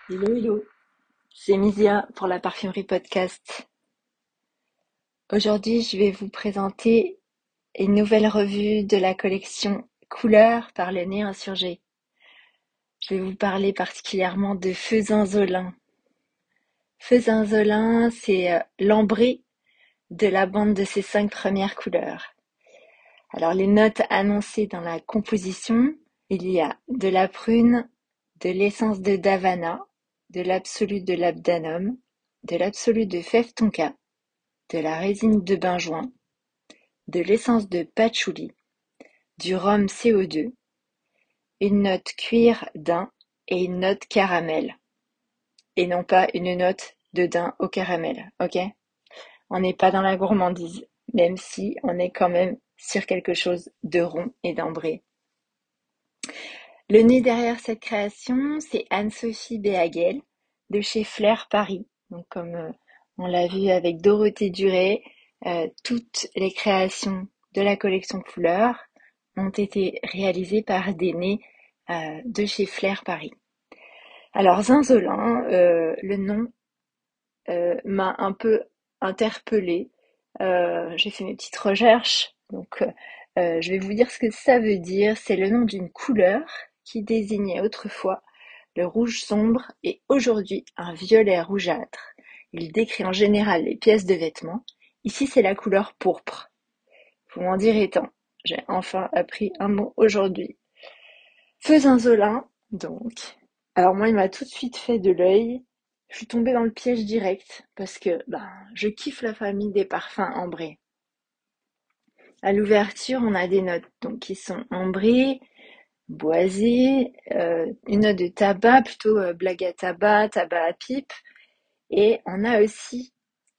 Hello, hello, c'est Misia pour la Parfumerie Podcast. Aujourd'hui, je vais vous présenter une nouvelle revue de la collection Couleurs par le Nez Insurgé. Je vais vous parler particulièrement de Feusinzolin. Feusinzolin, c'est l'ambré de la bande de ses 5 premières couleurs. Alors, les notes annoncées dans la composition, il y a de la prune, de l'essence de davana, de l'absolu de labdanum, de l'absolu de fève tonka, de la résine de benjoin, de l'essence de patchouli, du rhum CO2, une note cuir daim et une note caramel. Et non pas une note de daim au caramel, ok? On n'est pas dans la gourmandise, même si on est quand même sur quelque chose de rond et d'ambré. Le nez derrière cette création, c'est Anne-Sophie Béhagel de chez Flair Paris. Donc comme on l'a vu avec Dorothée Duret, toutes les créations de la collection Couleurs ont été réalisées par des nez de chez Flair Paris. Alors Zinzolin, le nom m'a un peu interpellée. J'ai fait mes petites recherches, donc je vais vous dire ce que ça veut dire. C'est le nom d'une couleur qui désignait autrefois le rouge sombre et aujourd'hui un violet rougeâtre. Il décrit en général les pièces de vêtements. Ici, c'est la couleur pourpre. Vous m'en direz tant. J'ai enfin appris un mot aujourd'hui. Feusinzolin, donc. Alors moi, il m'a tout de suite fait de l'œil. Je suis tombée dans le piège direct parce que je kiffe la famille des parfums ambrés. À l'ouverture, on a des notes donc qui sont ambrées, boisées, une note de tabac, plutôt blague à tabac, tabac à pipe. Et on a aussi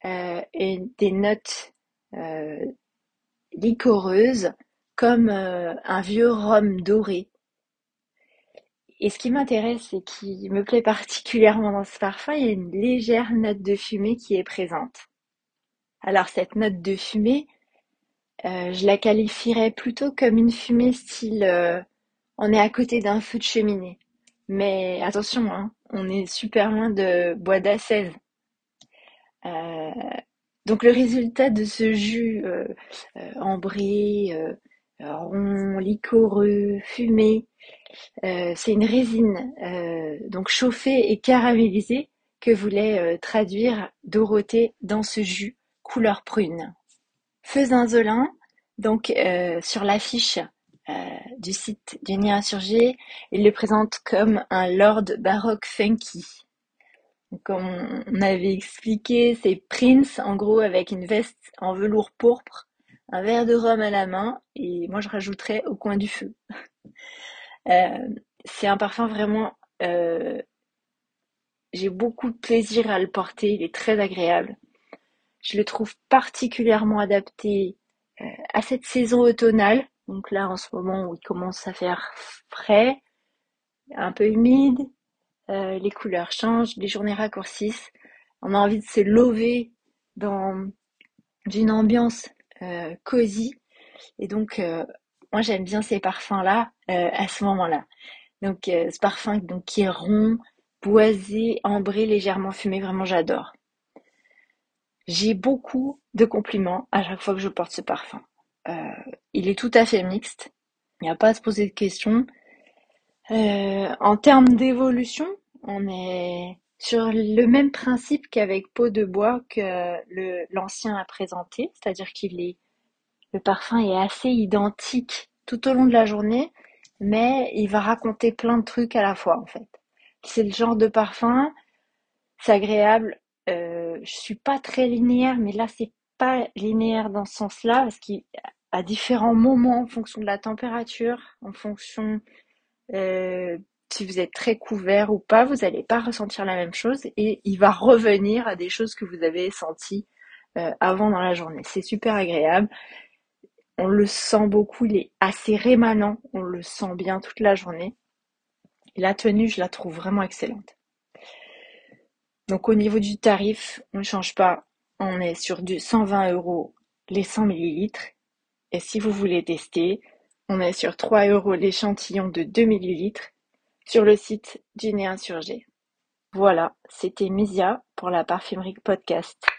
des notes euh, liquoreuses comme un vieux rhum doré. Et ce qui m'intéresse et qui me plaît particulièrement dans ce parfum, il y a une légère note de fumée qui est présente. Alors cette note de fumée, je la qualifierais plutôt comme une fumée style on est à côté d'un feu de cheminée. Mais attention, hein, on est super loin de bois d'assaise. Euh, donc le résultat de ce jus ambré, rond, liquoreux, fumé, c'est une résine donc chauffée et caramélisée que voulait traduire Dorothée dans ce jus couleur prune. Feusinzolin, donc sur l'affiche euh, du site du Nez Insurgé, il le présente comme un lord baroque funky. Donc, comme on avait expliqué, c'est Prince en gros avec une veste en velours pourpre, un verre de rhum à la main et moi je rajouterais au coin du feu. Euh, c'est un parfum vraiment, j'ai beaucoup de plaisir à le porter, il est très agréable. Je le trouve particulièrement adapté à cette saison automnale. Donc là, en ce moment où il commence à faire frais, un peu humide, les couleurs changent, les journées raccourcissent. On a envie de se lever dans une ambiance cosy. Et donc, moi, j'aime bien ces parfums-là à ce moment-là. Donc, ce parfum donc, qui est rond, boisé, ambré, légèrement fumé, vraiment, j'adore. J'ai beaucoup de compliments à chaque fois que je porte ce parfum. Euh, il est tout à fait mixte. Il n'y a pas à se poser de questions. En termes d'évolution, on est sur le même principe qu'avec Peau de bois que l'ancien a présenté, c'est-à-dire le parfum est assez identique tout au long de la journée, mais il va raconter plein de trucs à la fois en fait. C'est le genre de parfum, c'est agréable. Je suis pas très linéaire, mais là c'est pas linéaire dans ce sens-là, parce qu'à différents moments, en fonction de la température, en fonction euh, si vous êtes très couvert ou pas, vous n'allez pas ressentir la même chose et il va revenir à des choses que vous avez senties avant dans la journée. C'est super agréable. On le sent beaucoup, il est assez rémanent, on le sent bien toute la journée. Et la tenue, je la trouve vraiment excellente. Donc au niveau du tarif, on ne change pas. On est sur du 120 € les 100 millilitres. Et si vous voulez tester, on est sur 3 € l'échantillon de 2 millilitres sur le site du Nez Insurgé. Voilà, c'était Misia pour la Parfumerie Podcast.